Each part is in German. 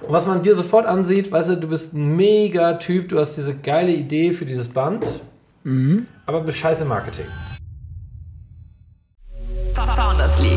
Und was man dir sofort ansieht, weißt du bist ein mega Typ, du hast diese geile Idee für dieses Band, aber bist scheiße im Marketing. Founders League.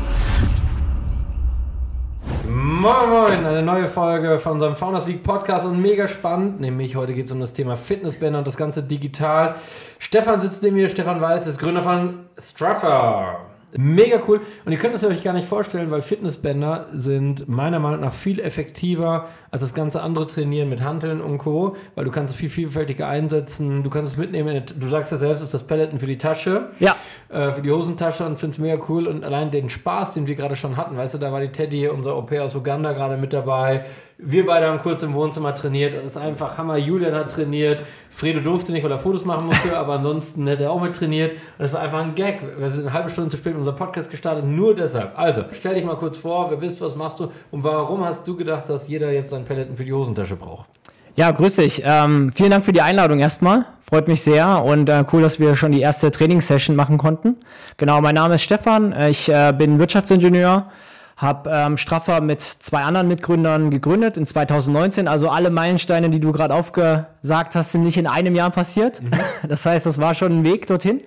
Moin Moin, eine neue Folge von unserem Founders League Podcast und mega spannend, nämlich heute geht es um das Thema Fitnessbänder und das Ganze digital. Stefan sitzt neben mir, Stefan Weiß ist Gründer von Struffer. Mega cool und ihr könnt es euch gar nicht vorstellen, weil Fitnessbänder sind meiner Meinung nach viel effektiver als das ganze andere Trainieren mit Hanteln und Co., weil du kannst es viel vielfältiger einsetzen, du kannst es mitnehmen, du sagst ja selbst, es ist das Peloton für die Tasche, für die Hosentasche und findest es mega cool und allein den Spaß, den wir gerade schon hatten, weißt du, da war die Teddy, unser Au-pair aus Uganda gerade mit dabei, wir beide haben kurz im Wohnzimmer trainiert, das ist einfach Hammer, Julian hat trainiert, Fredo durfte nicht, weil er Fotos machen musste, aber ansonsten hätte er auch mit trainiert und das war einfach ein Gag, wir sind eine halbe Stunde zu spät mit unserem Podcast gestartet, nur deshalb. Also, stell dich mal kurz vor, wer bist du, was machst du und warum hast du gedacht, dass jeder jetzt sein Peloton für die Hosentasche braucht? Ja, grüß dich. Vielen Dank für die Einladung erstmal. Freut mich sehr und cool, dass wir schon die erste Trainingssession machen konnten. Genau, mein Name ist Stefan. Ich bin Wirtschaftsingenieur, habe Struffer mit 2 anderen Mitgründern gegründet in 2019. Also alle Meilensteine, die du gerade aufgesagt hast, sind nicht in einem Jahr passiert. Das heißt, das war schon ein Weg dorthin.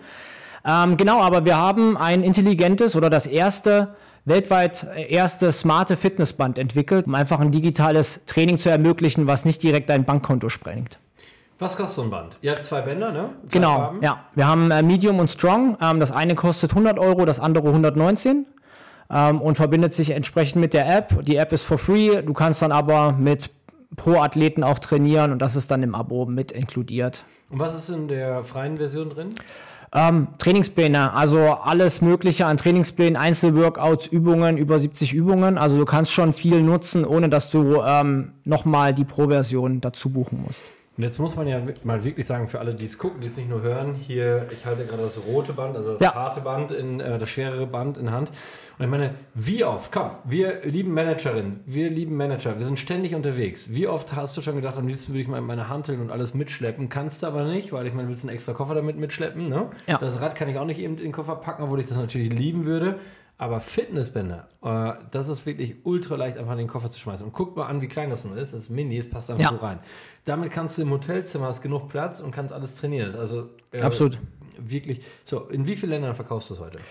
Genau, aber wir haben ein intelligentes oder das weltweit erste smarte Fitnessband entwickelt, um einfach ein digitales Training zu ermöglichen, was nicht direkt dein Bankkonto sprengt. Was kostet so ein Band? Ihr habt 2 Bänder, ne? 2 genau, Farben. Ja. Wir haben Medium und Strong. Das eine kostet 100 Euro, das andere 119 und verbindet sich entsprechend mit der App. Die App ist for free, du kannst dann aber mit Pro-Athleten auch trainieren und das ist dann im Abo mit inkludiert. Und was ist in der freien Version drin? Trainingspläne, also alles Mögliche an Trainingsplänen, Einzelworkouts, Übungen, über 70 Übungen. Also du kannst schon viel nutzen, ohne dass du nochmal die Pro-Version dazu buchen musst. Und jetzt muss man ja mal wirklich sagen, für alle, die es gucken, die es nicht nur hören, hier, ich halte gerade das rote Band, also das harte Band, das schwerere Band in Hand. Und ich meine, wie oft, komm, wir lieben Managerinnen, wir lieben Manager, wir sind ständig unterwegs. Wie oft hast du schon gedacht, am liebsten würde ich mal meine Hanteln und alles mitschleppen, kannst du aber nicht, weil ich meine, willst einen extra Koffer damit mitschleppen, ne? Ja. Das Rad kann ich auch nicht eben in den Koffer packen, obwohl ich das natürlich lieben würde. Aber Fitnessbänder, das ist wirklich ultra leicht, einfach in den Koffer zu schmeißen. Und guck mal an, wie klein das nur ist. Das ist mini, das passt einfach so rein. Damit kannst du im Hotelzimmer, hast genug Platz und kannst alles trainieren. Das ist also absolut. Wirklich. So, in wie vielen Ländern verkaufst du es heute?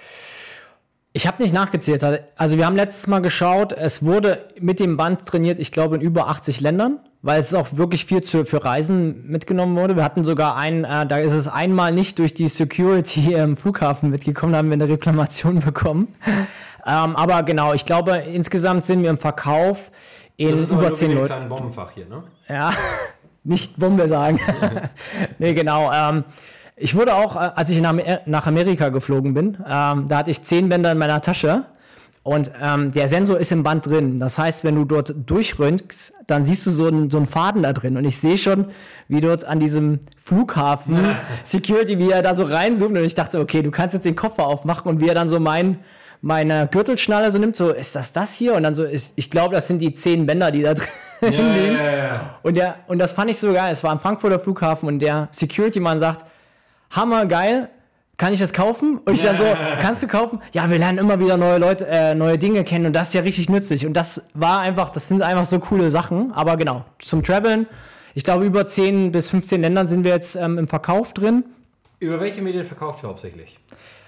Ich habe nicht nachgezählt. Also wir haben letztes Mal geschaut, es wurde mit dem Band trainiert, ich glaube in über 80 Ländern, weil es auch wirklich viel für Reisen mitgenommen wurde. Wir hatten sogar da ist es einmal nicht durch die Security im Flughafen mitgekommen, da haben wir eine Reklamation bekommen. Aber genau, ich glaube insgesamt sind wir im Verkauf in über 10 Leuten. Das ist ein kleines Bombenfach hier, ne? Ja, nicht Bombe sagen. Nee, genau. Ich wurde auch, als ich nach Amerika geflogen bin, da hatte ich 10 Bänder in meiner Tasche und der Sensor ist im Band drin. Das heißt, wenn du dort durchröntgst, dann siehst du so einen Faden da drin und ich sehe schon, wie dort an diesem Flughafen Security, wie er da so reinzoomt und ich dachte, okay, du kannst jetzt den Koffer aufmachen und wie er dann so meine Gürtelschnalle so nimmt, so, ist das hier? Und dann so, ich glaube, das sind die 10 Bänder, die da drin liegen. Ja. Und das fand ich so geil. Es war am Frankfurter Flughafen und der Security-Mann sagt, hammergeil, kann ich das kaufen? Und ich dann so, kannst du kaufen? Ja, wir lernen immer wieder neue Dinge kennen und das ist ja richtig nützlich. Und das sind einfach so coole Sachen. Aber genau, zum Traveln, ich glaube über 10 bis 15 Ländern sind wir jetzt im Verkauf drin. Über welche Medien verkauft ihr hauptsächlich?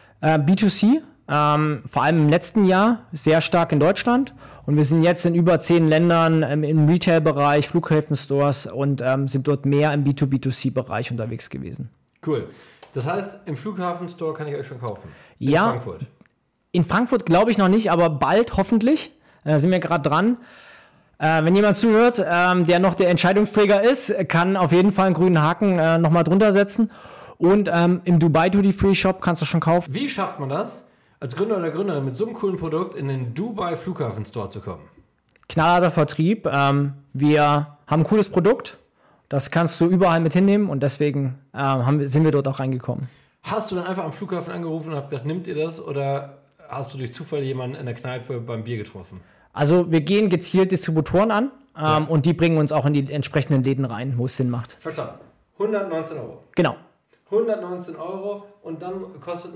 B2C, vor allem im letzten Jahr, sehr stark in Deutschland. Und wir sind jetzt in über 10 Ländern im Retail-Bereich, Flughäfen-Stores und sind dort mehr im B2B2C-Bereich unterwegs gewesen. Cool. Das heißt, im Flughafen-Store kann ich euch schon kaufen? In Frankfurt? In Frankfurt glaube ich noch nicht, aber bald hoffentlich. Da sind wir gerade dran. Wenn jemand zuhört, der noch der Entscheidungsträger ist, kann auf jeden Fall einen grünen Haken nochmal drunter setzen. Und im Dubai Duty Free Shop kannst du schon kaufen. Wie schafft man das, als Gründer oder Gründerin mit so einem coolen Produkt in den Dubai Flughafen Store zu kommen? Knallharter Vertrieb. Wir haben ein cooles Produkt. Das kannst du überall mit hinnehmen und deswegen sind wir dort auch reingekommen. Hast du dann einfach am Flughafen angerufen und hast gedacht, nimmt ihr das oder hast du durch Zufall jemanden in der Kneipe beim Bier getroffen? Also wir gehen gezielt Distributoren an und die bringen uns auch in die entsprechenden Läden rein, wo es Sinn macht. Verstanden. 119 Euro. Genau. 119 Euro und dann kostet mich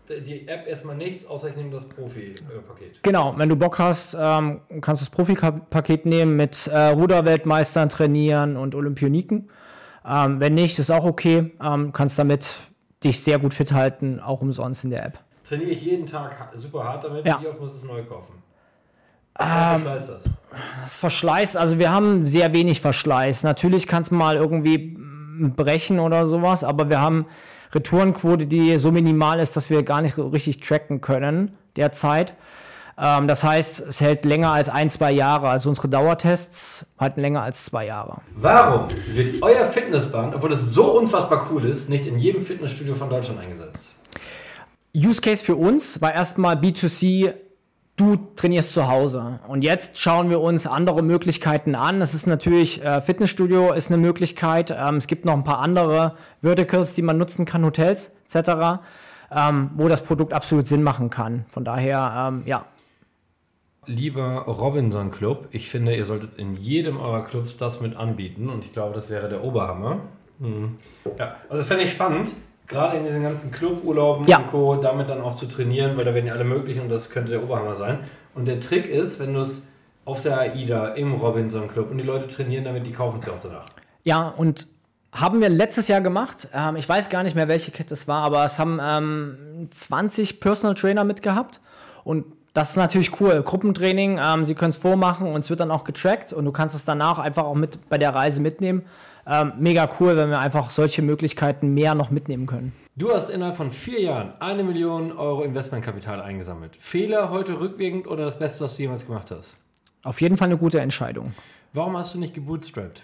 die App erstmal nichts, außer ich nehme das Profi-Paket. Genau, wenn du Bock hast, kannst du das Profi-Paket nehmen, mit Ruderweltmeistern trainieren und Olympioniken. Wenn nicht, ist auch okay. Kannst damit dich sehr gut fit halten, auch umsonst in der App. Trainiere ich jeden Tag super hart damit? Ja. Wie oft muss ich es neu kaufen? Verschleißt das? Das Verschleiß, also wir haben sehr wenig Verschleiß. Natürlich kann es mal irgendwie brechen oder sowas, aber wir haben Retourenquote, die so minimal ist, dass wir gar nicht richtig tracken können derzeit. Das heißt, es hält länger als 1-2 Jahre. Also unsere Dauertests halten länger als 2 Jahre. Warum wird euer Fitnessband, obwohl es so unfassbar cool ist, nicht in jedem Fitnessstudio von Deutschland eingesetzt? Use Case für uns war erstmal B2C, du trainierst zu Hause. Und jetzt schauen wir uns andere Möglichkeiten an. Es ist natürlich, Fitnessstudio ist eine Möglichkeit. Es gibt noch ein paar andere Verticals, die man nutzen kann, Hotels etc., wo das Produkt absolut Sinn machen kann. Von daher, ja. Lieber Robinson Club, ich finde, ihr solltet in jedem eurer Clubs das mit anbieten und ich glaube, das wäre der Oberhammer. Ja, also das fände ich spannend, gerade in diesen ganzen Cluburlauben und Co., damit dann auch zu trainieren, weil da werden ja alle möglichen und das könnte der Oberhammer sein. Und der Trick ist, wenn du es auf der AIDA im Robinson Club und die Leute trainieren damit, die kaufen es ja auch danach. Ja, und haben wir letztes Jahr gemacht. Ich weiß gar nicht mehr, welche Kette es war, aber es haben 20 Personal Trainer mitgehabt und das ist natürlich cool. Gruppentraining, sie können es vormachen und es wird dann auch getrackt und du kannst es danach einfach auch mit bei der Reise mitnehmen. Mega cool, wenn wir einfach solche Möglichkeiten mehr noch mitnehmen können. Du hast innerhalb von 4 Jahren 1 Million Euro Investmentkapital eingesammelt. Fehler heute rückwirkend oder das Beste, was du jemals gemacht hast? Auf jeden Fall eine gute Entscheidung. Warum hast du nicht gebootstrapped?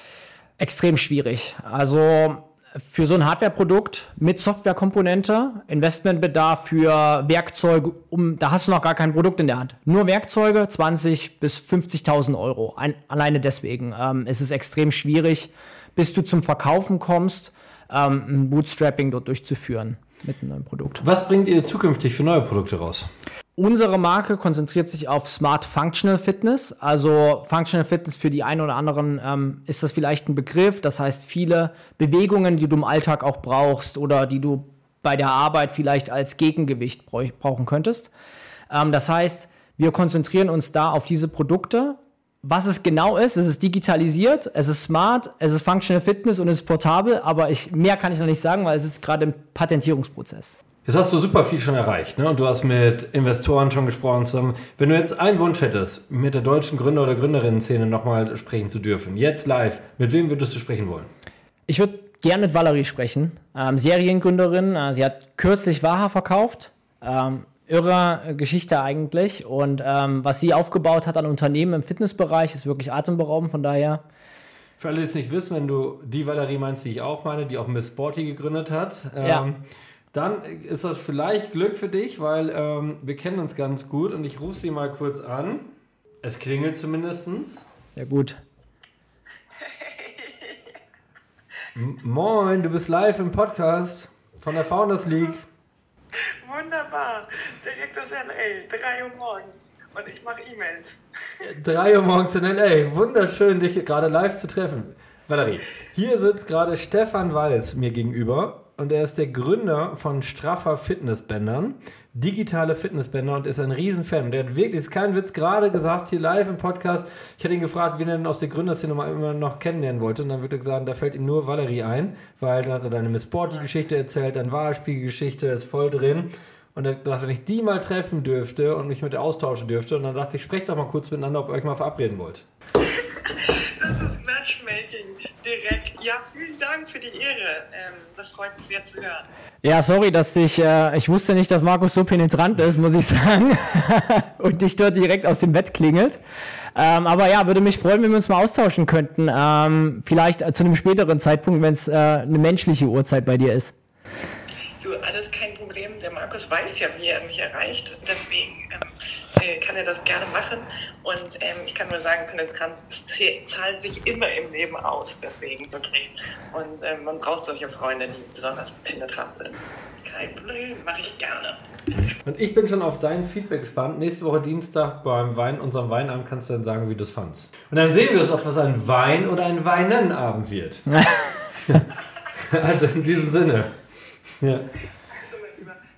Extrem schwierig. Also für so ein Hardware-Produkt mit Softwarekomponente, Investmentbedarf für Werkzeuge, da hast du noch gar kein Produkt in der Hand. Nur Werkzeuge, 20.000 bis 50.000 Euro. Alleine deswegen ist es extrem schwierig, bis du zum Verkaufen kommst, ein Bootstrapping dort durchzuführen mit einem neuen Produkt. Was bringt ihr zukünftig für neue Produkte raus? Unsere Marke konzentriert sich auf Smart Functional Fitness. Also Functional Fitness für die einen oder anderen ist das vielleicht ein Begriff. Das heißt, viele Bewegungen, die du im Alltag auch brauchst oder die du bei der Arbeit vielleicht als Gegengewicht brauchen könntest. Das heißt, wir konzentrieren uns da auf diese Produkte. Was es genau ist, es ist digitalisiert, es ist smart, es ist Functional Fitness und es ist portabel, aber mehr kann ich noch nicht sagen, weil es ist gerade im Patentierungsprozess. Jetzt hast du super viel schon erreicht, ne? Und du hast mit Investoren schon gesprochen zusammen. Wenn du jetzt einen Wunsch hättest, mit der deutschen Gründer- oder Gründerinnen-Szene nochmal sprechen zu dürfen, jetzt live, mit wem würdest du sprechen wollen? Ich würde gern mit Valerie sprechen, Seriengründerin. Sie hat kürzlich Waha verkauft. Irre Geschichte eigentlich. Und was sie aufgebaut hat an Unternehmen im Fitnessbereich, ist wirklich atemberaubend. Von daher. Für alle, die es nicht wissen, wenn du die Valerie meinst, die ich auch meine, die auch Miss Sporty gegründet hat, dann ist das vielleicht Glück für dich, weil wir kennen uns ganz gut und ich rufe sie mal kurz an. Es klingelt zumindest. Ja, gut. Moin, du bist live im Podcast von der Founders League. Wunderbar, direkt aus LA, 3 Uhr morgens und ich mache E-Mails. 3 Uhr morgens in LA, wunderschön, dich gerade live zu treffen. Valerie, hier sitzt gerade Stefan Walz mir gegenüber und er ist der Gründer von Straffer Fitnessbändern, digitale Fitnessbänder und ist ein Riesenfan. Der hat wirklich, ist kein Witz, gerade gesagt hier live im Podcast, ich hatte ihn gefragt, wen er denn aus der Gründerszene mal immer noch kennenlernen wollte und dann würde er sagen, da fällt ihm nur Valerie ein, weil dann hat er deine Miss Sporty-Geschichte erzählt, deine Wahlspiegel-Geschichte ist voll drin und er dachte, wenn ich die mal treffen dürfte und mich mit ihr austauschen dürfte und dann dachte ich, sprecht doch mal kurz miteinander, ob ihr euch mal verabreden wollt. Das ist Matchmaking direkt. Ja, vielen Dank für die Ehre. Das freut mich sehr zu hören. Ja, sorry, dass ich wusste nicht, dass Markus so penetrant ist, muss ich sagen. Und dich dort direkt aus dem Bett klingelt. Aber ja, würde mich freuen, wenn wir uns mal austauschen könnten. Vielleicht zu einem späteren Zeitpunkt, wenn es eine menschliche Uhrzeit bei dir ist. Du, alles kein Problem. Der Markus weiß ja, wie er mich erreicht. Deswegen kann er das gerne machen. Und ich kann nur sagen, Penetranz zahlt sich immer im Leben aus. Deswegen okay. Und man braucht solche Freunde, die besonders penetrant sind. Kein Problem, mache ich gerne. Und ich bin schon auf dein Feedback gespannt. Nächste Woche Dienstag beim unserem Weinabend kannst du dann sagen, wie du es fandst. Und dann sehen wir es, ob das ein Wein- oder ein Weinenabend wird. Also in diesem Sinne. Ja.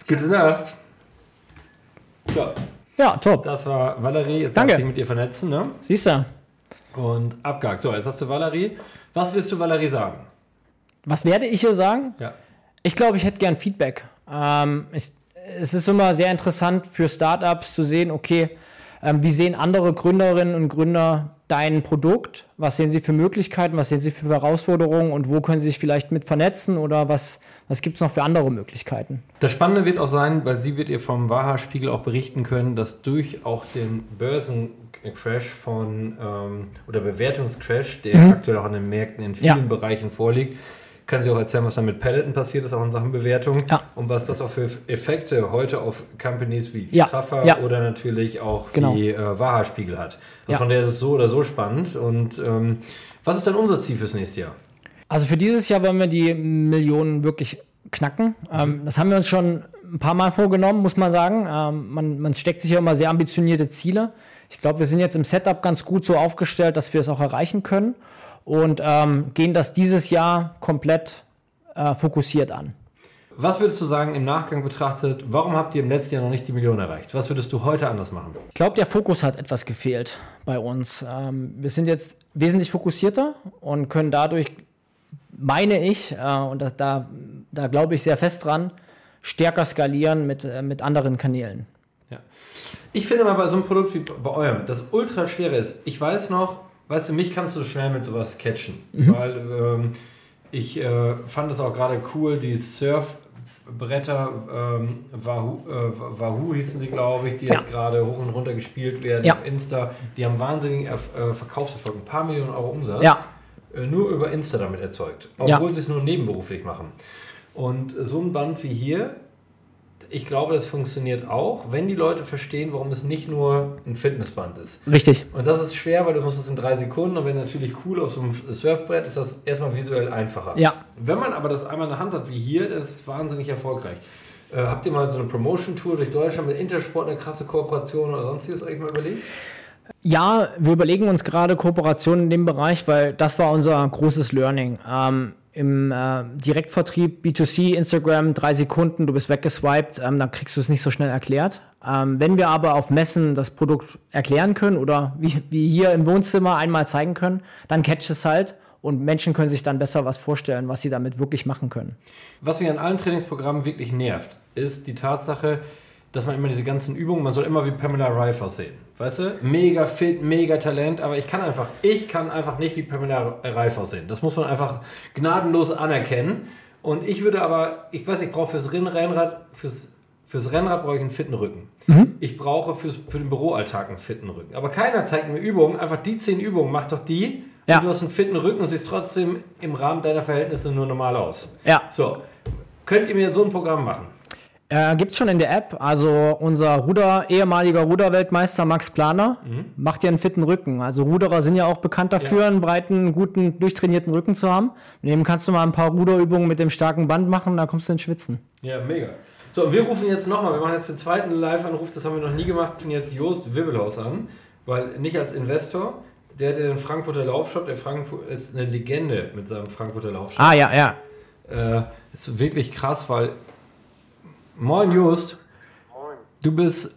Gute Nacht. Ja, Ja, top. das war Valerie. Jetzt Danke. darf ich mit ihr vernetzen, ne? Siehst du, Und abgehakt. So, jetzt hast du Valerie. Was willst du Valerie sagen? was werde ich hier sagen? Ja. Ich glaube, ich hätte gern Feedback. Es ist immer sehr interessant für Startups zu sehen, okay, wie sehen andere Gründerinnen und Gründer dein Produkt? Was sehen sie für Möglichkeiten? Was sehen sie für Herausforderungen? Und wo können sie sich vielleicht mit vernetzen? Oder was gibt es noch für andere Möglichkeiten? Das Spannende wird auch sein, weil sie wird ihr vom Waha-Spiegel auch berichten können, dass durch auch den Börsencrash oder Bewertungscrash, der aktuell auch an den Märkten in vielen Bereichen vorliegt, kann sie auch erzählen, was da mit Peloton passiert ist, auch in Sachen Bewertung und was das auch für Effekte heute auf Companies wie Straffer oder natürlich auch wie Waha-Spiegel hat. Also von der ist es so oder so spannend. Und was ist dein Umsatzziel fürs nächste Jahr? Also für dieses Jahr wollen wir die Millionen wirklich knacken. Das haben wir uns schon ein paar Mal vorgenommen, muss man sagen. Man steckt sich ja immer sehr ambitionierte Ziele. Ich glaube, wir sind jetzt im Setup ganz gut so aufgestellt, dass wir es auch erreichen können. Und gehen das dieses Jahr komplett fokussiert an. Was würdest du sagen, im Nachgang betrachtet, warum habt ihr im letzten Jahr noch nicht die Million erreicht? Was würdest du heute anders machen? Ich glaube, der Fokus hat etwas gefehlt bei uns. Wir sind jetzt wesentlich fokussierter und können dadurch, meine ich, und da glaube ich sehr fest dran, stärker skalieren mit anderen Kanälen. Ja. Ich finde mal bei so einem Produkt wie bei eurem, das ultra schwer ist. Ich weiß noch, weißt du, mich kannst du schnell mit sowas catchen, weil ich fand es auch gerade cool, die Surfbretter, Wahoo hießen sie, glaube ich, die jetzt gerade hoch und runter gespielt werden auf Insta. Die haben wahnsinnigen Verkaufserfolg, ein paar Millionen Euro Umsatz, nur über Insta damit erzeugt, obwohl sie es nur nebenberuflich machen. Und so ein Band wie hier, ich glaube, das funktioniert auch, wenn die Leute verstehen, warum es nicht nur ein Fitnessband ist. Richtig. Und das ist schwer, weil du musst es in 3 Sekunden und wenn natürlich cool auf so einem Surfbrett ist das erstmal visuell einfacher. Ja. Wenn man aber das einmal in der Hand hat wie hier, das ist wahnsinnig erfolgreich. Habt ihr mal so eine Promotion-Tour durch Deutschland mit Intersport, eine krasse Kooperation oder sonstiges euch mal überlegt? Ja, wir überlegen uns gerade Kooperationen in dem Bereich, weil das war unser großes Learning. Im Direktvertrieb, B2C, Instagram, 3 Sekunden, du bist weggeswiped, dann kriegst du es nicht so schnell erklärt. Wenn wir aber auf Messen das Produkt erklären können oder wie hier im Wohnzimmer einmal zeigen können, dann catcht es halt und Menschen können sich dann besser was vorstellen, was sie damit wirklich machen können. Was mich an allen Trainingsprogrammen wirklich nervt, ist die Tatsache, dass man immer diese ganzen Übungen, man soll immer wie Pamela Reif aussehen. Weißt du? Mega fit, mega Talent, aber ich kann einfach nicht wie Pamela Reif aussehen. Das muss man einfach gnadenlos anerkennen. Und ich würde aber, ich brauche fürs Rennrad brauche ich einen fitten Rücken. Ich brauche für den Büroalltag einen fitten Rücken. Aber keiner zeigt mir Übungen, einfach die 10 Übungen, mach doch die. Ja. Und du hast einen fitten Rücken und siehst trotzdem im Rahmen deiner Verhältnisse nur normal aus. Ja. So, könnt ihr mir so ein Programm machen? Gibt es schon in der App, also unser ehemaliger Ruderweltmeister Max Planer macht ja einen fitten Rücken. Also Ruderer sind ja auch bekannt dafür, einen breiten, guten, durchtrainierten Rücken zu haben. Mit dem kannst du mal ein paar Ruderübungen mit dem starken Band machen, da kommst du ins Schwitzen. Ja, mega. So, und wir rufen jetzt nochmal, wir machen jetzt den zweiten Live-Anruf, das haben wir noch nie gemacht, wir rufen jetzt Jost Wibbelhaus an, weil nicht als Investor, der hat ja den Frankfurter Laufshop, der Frankfurt ist eine Legende mit seinem Frankfurter Laufshop. Ah, ja. Ist wirklich krass, weil Moin Just. Moin. Du bist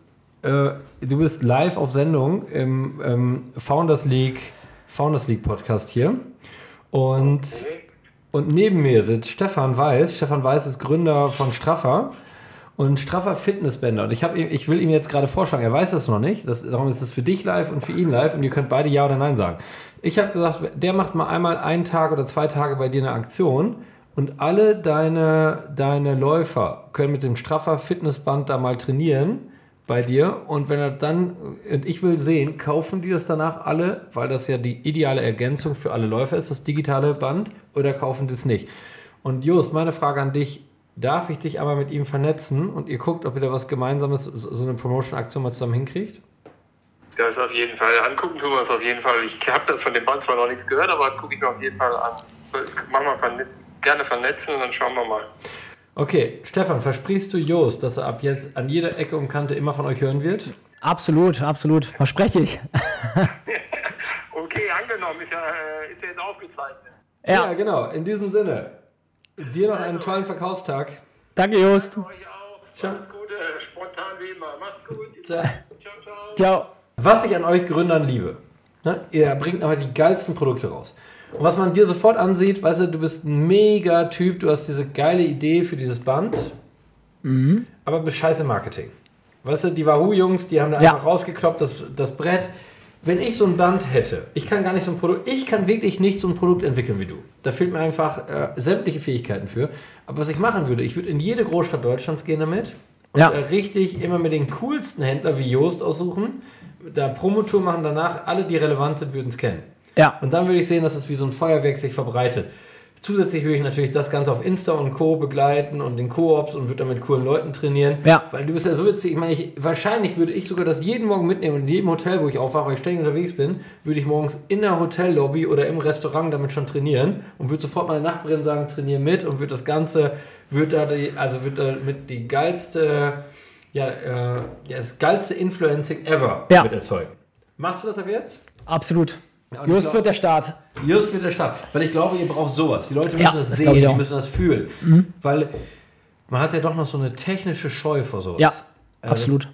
live auf Sendung im Founders League Podcast hier. Und neben mir sitzt Stefan Weiß. Stefan Weiß ist Gründer von Straffer und Straffer Fitnessbänder. Und ich will ihm jetzt gerade vorschlagen, er weiß das noch nicht. Darum ist es für dich live und für ihn live und ihr könnt beide Ja oder Nein sagen. Ich habe gesagt, der macht mal einmal 1 Tag oder 2 Tage bei dir eine Aktion. Und alle deine Läufer können mit dem Straffer Fitnessband da mal trainieren bei dir. Und wenn er dann, und ich will sehen, kaufen die das danach alle, weil das ja die ideale Ergänzung für alle Läufer ist, das digitale Band, oder kaufen die es nicht? Und Jost, meine Frage an dich, darf ich dich einmal mit ihm vernetzen und ihr guckt, ob ihr da was Gemeinsames, so eine Promotion-Aktion mal zusammen hinkriegt? Das auf jeden Fall angucken, tun wir es auf jeden Fall. Ich habe das von dem Band zwar noch nichts gehört, aber gucke ich mir auf jeden Fall an. Machen wir gerne vernetzen und dann schauen wir mal. Okay, Stefan, versprichst du Jost, dass er ab jetzt an jeder Ecke und Kante immer von euch hören wird? Absolut, verspreche ich. Okay, angenommen, ist ja jetzt aufgezeichnet. Ja, genau, in diesem Sinne. Dir noch einen tollen Verkaufstag. Danke, Jost. Alles Gute, spontan wie immer. Macht's gut. Ciao. Ciao. Ciao. Was ich an euch Gründern liebe, ne? Ihr bringt aber die geilsten Produkte raus. Und was man dir sofort ansieht, weißt du bist ein mega Typ, du hast diese geile Idee für dieses Band, aber bist scheiße Marketing. Weißt du, die Wahoo-Jungs, die haben da einfach rausgekloppt, das Brett. Wenn ich so ein Band hätte, ich kann wirklich nicht so ein Produkt entwickeln wie du. Da fehlt mir einfach sämtliche Fähigkeiten für. Aber was ich machen würde, ich würde in jede Großstadt Deutschlands gehen damit und richtig immer mit den coolsten Händlern wie Joost aussuchen, da Promotour machen, danach alle, die relevant sind, würden es kennen. Ja. Und dann würde ich sehen, dass es wie so ein Feuerwerk sich verbreitet. Zusätzlich würde ich natürlich das Ganze auf Insta und Co. begleiten und den Koops und würde dann mit coolen Leuten trainieren. Ja. Weil du bist ja so witzig. Ich meine, wahrscheinlich würde ich sogar das jeden Morgen mitnehmen. Und in jedem Hotel, wo ich aufwache, weil ich ständig unterwegs bin, würde ich morgens in der Hotellobby oder im Restaurant damit schon trainieren und würde sofort meiner Nachbarin sagen, trainiere mit und würde das Ganze, wird da mit die geilste, das geilste Influencing ever mit erzeugen. Machst du das ab jetzt? Absolut. Just wird der Start. Just wird der Start. Weil ich glaube, ihr braucht sowas. Die Leute müssen das sehen, die müssen das fühlen. Weil man hat ja doch noch so eine technische Scheu vor sowas. Ja, absolut.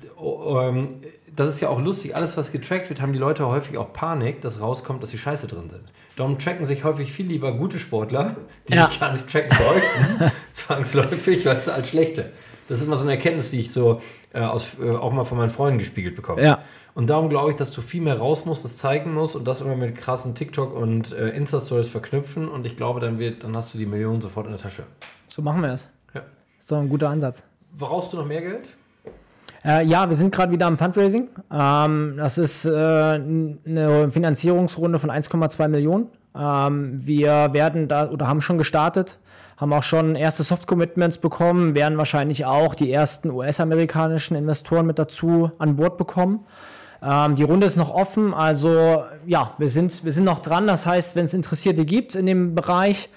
Das ist ja auch lustig. Alles, was getrackt wird, haben die Leute häufig auch Panik, dass rauskommt, dass sie scheiße drin sind. Darum tracken sich häufig viel lieber gute Sportler, die sich gar nicht tracken bräuchten, zwangsläufig, als schlechte. Das ist immer so eine Erkenntnis, die ich so auch mal von meinen Freunden gespiegelt bekomme. Ja. Und darum glaube ich, dass du viel mehr raus musst, das zeigen musst und das immer mit krassen TikTok und Insta-Stories verknüpfen. Und ich glaube, dann hast du die Millionen sofort in der Tasche. So machen wir es. Ja. Ist doch ein guter Ansatz. Brauchst du noch mehr Geld? Wir sind gerade wieder am Fundraising. Das ist eine Finanzierungsrunde von 1,2 Millionen. Wir werden da oder haben schon gestartet, haben auch schon erste Soft-Commitments bekommen, werden wahrscheinlich auch die ersten US-amerikanischen Investoren mit dazu an Bord bekommen. Die Runde ist noch offen, also ja, wir sind noch dran. Das heißt, wenn es Interessierte gibt in dem Bereich,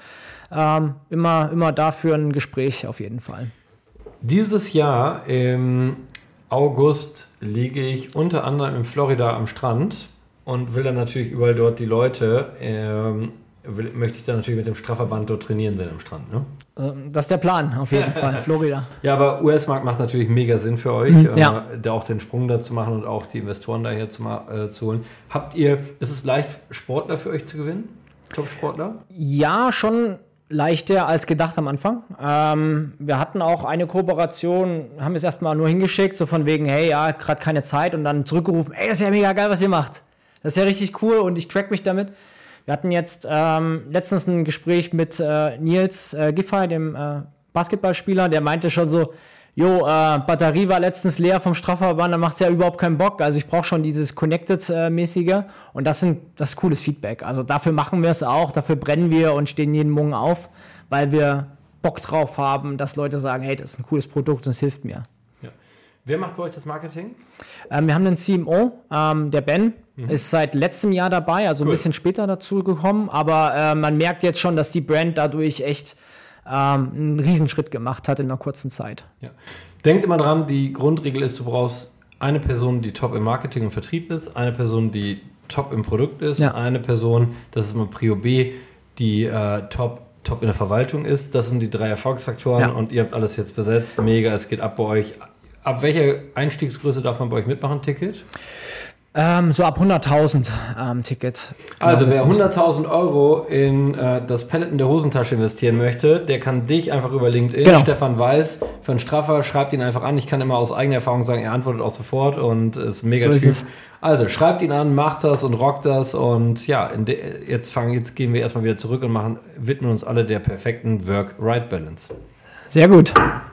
immer dafür ein Gespräch auf jeden Fall. Dieses Jahr im August liege ich unter anderem in Florida am Strand und will dann natürlich überall dort die Leute, möchte ich dann natürlich mit dem Strafverband dort trainieren sehen am Strand, ne? Das ist der Plan, auf jeden Fall, Florida. Ja, aber US-Markt macht natürlich mega Sinn für euch, da auch den Sprung da zu machen und auch die Investoren daher zu holen. Ist es leicht, Sportler für euch zu gewinnen? Top-Sportler? Ja, schon leichter als gedacht am Anfang. Wir hatten auch eine Kooperation, haben es erstmal nur hingeschickt, so von wegen, hey, ja, gerade keine Zeit und dann zurückgerufen, ey, das ist ja mega geil, was ihr macht. Das ist ja richtig cool und ich track mich damit. Wir hatten jetzt letztens ein Gespräch mit Nils Giffey, dem Basketballspieler, der meinte schon so, Batterie war letztens leer vom Strafverband, da macht es ja überhaupt keinen Bock. Also ich brauche schon dieses Connected-mäßige und das ist cooles Feedback. Also dafür machen wir es auch, dafür brennen wir und stehen jeden Morgen auf, weil wir Bock drauf haben, dass Leute sagen, hey, das ist ein cooles Produkt und es hilft mir. Ja. Wer macht bei euch das Marketing? Wir haben einen CMO, der Ben, ist seit letztem Jahr dabei, also ein bisschen später dazu gekommen, aber man merkt jetzt schon, dass die Brand dadurch echt einen Riesenschritt gemacht hat in einer kurzen Zeit. Ja. Denkt immer dran, die Grundregel ist, du brauchst eine Person, die top im Marketing und Vertrieb ist, eine Person, die top im Produkt ist und eine Person, das ist immer Prio B, die top in der Verwaltung ist. Das sind die 3 Erfolgsfaktoren und ihr habt alles jetzt besetzt. Mega, es geht ab bei euch. Ab welcher Einstiegsgröße darf man bei euch mitmachen, Ticket? So ab 100.000 Ticket. Also wer 100.000 Euro in das Pellet in der Hosentasche investieren möchte, der kann dich einfach über LinkedIn, Stefan Weiß, für einen Straffer, schreibt ihn einfach an. Ich kann immer aus eigener Erfahrung sagen, er antwortet auch sofort und ist mega Typ. Also schreibt ihn an, macht das und rockt das und ja, jetzt gehen wir erstmal wieder zurück und widmen uns alle der perfekten Work-Right-Balance. Sehr gut.